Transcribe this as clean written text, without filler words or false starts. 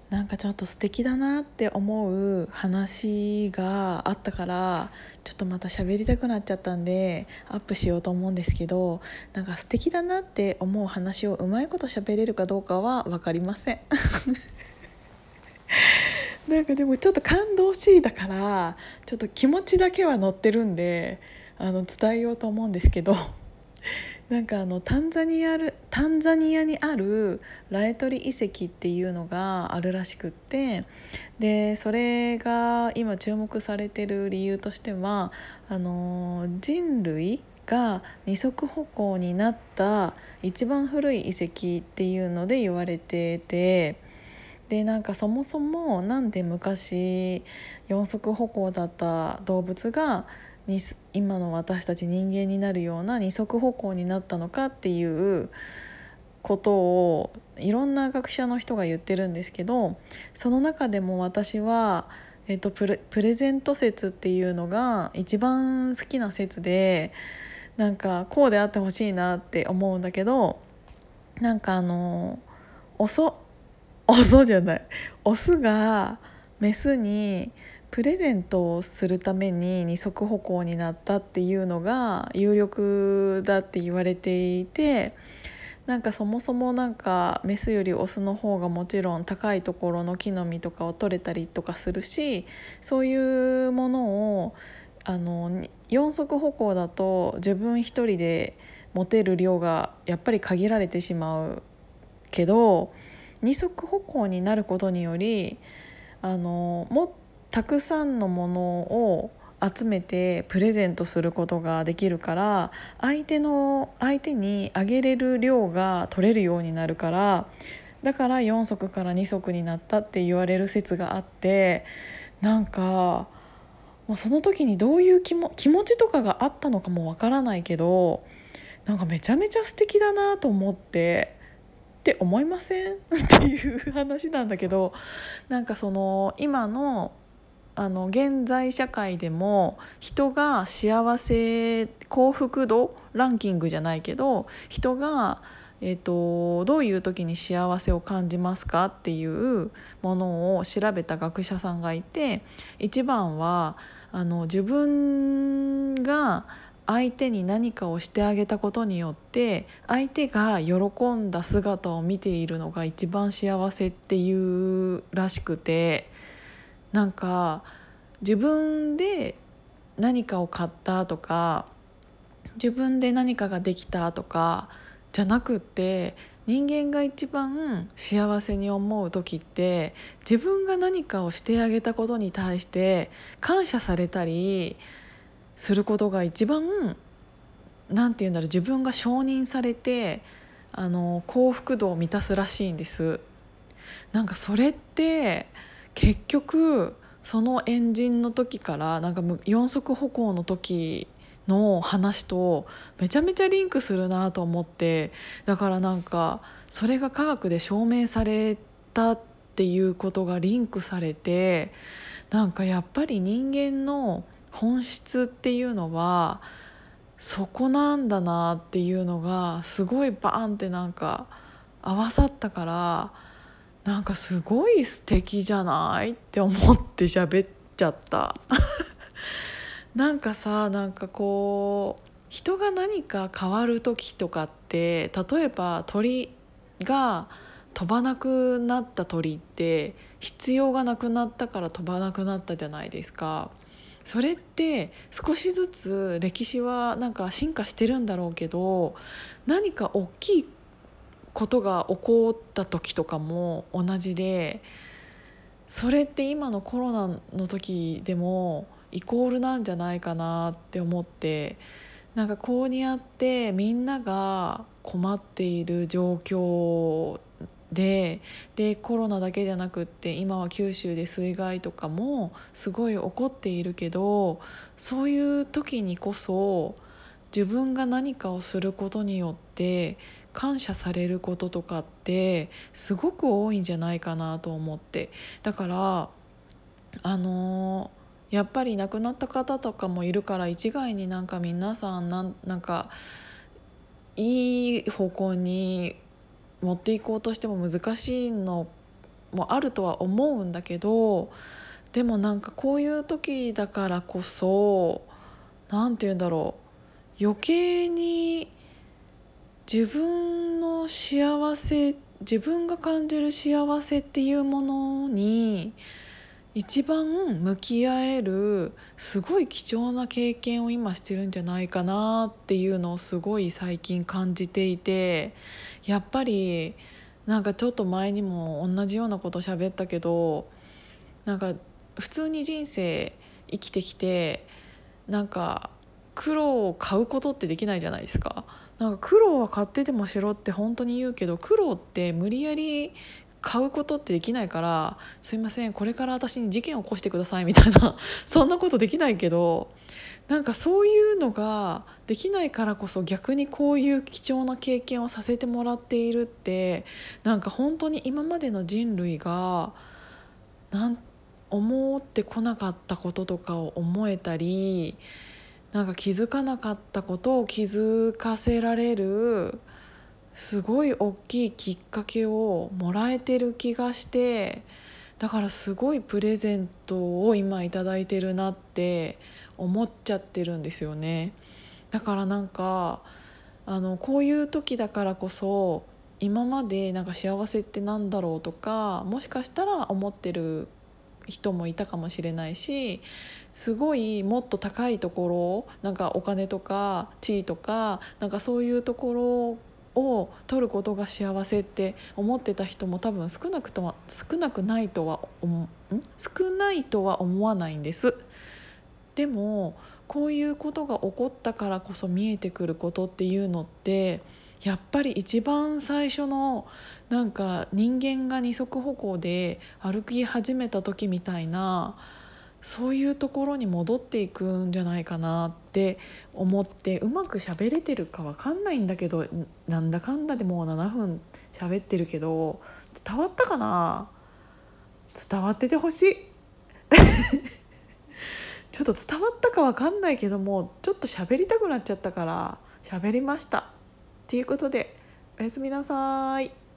なんかちょっと素敵だなって思う話があったから、ちょっとまた喋りたくなっちゃったんでアップしようと思うんですけど、なんか素敵だなって思う話をうまいこと喋れるかどうかは分かりませんなんかでもちょっと感動しいだから、ちょっと気持ちだけは乗ってるんで伝えようと思うんですけど、なんかタンザニアにあるラエトリ遺跡っていうのがあるらしくって、でそれが今注目されてる理由としては、人類が二足歩行になった一番古い遺跡っていうので言われてて、でなんかそもそもなんで昔四足歩行だった動物が今の私たち人間になるような二足歩行になったのかっていうことをいろんな学者の人が言ってるんですけど、その中でも私は、プレゼント説っていうのが一番好きな説で、なんかこうであってほしいなって思うんだけど、なんかオソオソじゃないオスがメスにプレゼントをするために二足歩行になったっていうのが有力だって言われていて、なんかそもそもなんかメスよりオスの方がもちろん高いところの木の実とかを取れたりとかするし、そういうものを四足歩行だと自分一人で持てる量がやっぱり限られてしまうけど、二足歩行になることによりもたくさんのものを集めてプレゼントすることができるから、相手にあげれる量が取れるようになるから、だから4足から2足になったって言われる説があって、なんかもうその時にどういう気持ちとかがあったのかもわからないけど、なんかめちゃめちゃ素敵だなと思って思いませんっていう話なんだけど、なんかその今の現在社会でも人が幸せ幸福度ランキングじゃないけど、人が、どういう時に幸せを感じますかっていうものを調べた学者さんがいて、一番は自分が相手に何かをしてあげたことによって相手が喜んだ姿を見ているのが一番幸せっていうらしくて、なんか自分で何かを買ったとか自分で何かができたとかじゃなくって、人間が一番幸せに思う時って自分が何かをしてあげたことに対して感謝されたりすることが一番、なんて言うんだろう、自分が承認されて幸福度を満たすらしいんです。なんかそれって結局そのエンジンの時からなんか四足歩行の時の話とめちゃめちゃリンクするなと思って、だからなんかそれが科学で証明されたっていうことがリンクされて、なんかやっぱり人間の本質っていうのはそこなんだなっていうのがすごいバーンってなんか合わさったから、なんかすごい素敵じゃないって思って喋っちゃったなんかさ、なんかこう人が何か変わる時とかって、例えば鳥が飛ばなくなった鳥って必要がなくなったから飛ばなくなったじゃないですか。それって少しずつ歴史はなんか進化してるんだろうけど、何か大きいことが起こった時とかも同じで、それって今のコロナの時でもイコールなんじゃないかなって思って、なんかこうにあってみんなが困っている状況でコロナだけじゃなくって今は九州で水害とかもすごい起こっているけど、そういう時にこそ自分が何かをすることによって感謝されることとかってすごく多いんじゃないかなと思って、だからやっぱり亡くなった方とかもいるから、一概になんか皆さんなんかいい方向に持っていこうとしても難しいのもあるとは思うんだけど、でもなんかこういう時だからこそ、なんて言うんだろう、余計に自分の幸せ、自分が感じる幸せっていうものに一番向き合えるすごい貴重な経験を今してるんじゃないかなっていうのをすごい最近感じていて、やっぱりなんかちょっと前にも同じようなこと喋ったけど、なんか普通に人生生きてきて、なんか苦労を買うことってできないじゃないですか。なんか苦労は買ってでもしろって本当に言うけど、苦労って無理やり買うことってできないから、すいませんこれから私に事件を起こしてくださいみたいなそんなことできないけど、なんかそういうのができないからこそ逆にこういう貴重な経験をさせてもらっているって、なんか本当に今までの人類がなん思ってこなかったこととかを思えたり、なんか気づかなかったことを気づかせられるすごい大きいきっかけをもらえてる気がして、だからすごいプレゼントを今いただいてるなって思っちゃってるんですよね。だからなんかこういう時だからこそ、今までなんか幸せってなんだろうとか、もしかしたら思ってる人もいたかもしれないし、すごいもっと高いところ、なんかお金とか地位とか、なんかそういうところを取ることが幸せって思ってた人も多分少なくないとは少ないとは思わないんです。でもこういうことが起こったからこそ見えてくることっていうのって、やっぱり一番最初のなんか人間が二足歩行で歩き始めた時みたいな、そういうところに戻っていくんじゃないかなって思って、うまく喋れてるかわかんないんだけど、なんだかんだでもう7分喋ってるけど、伝わったかな。伝わっててほしい。ちょっと伝わったかわかんないけども、ちょっと喋りたくなっちゃったから喋りました。ということで、おやすみなさい。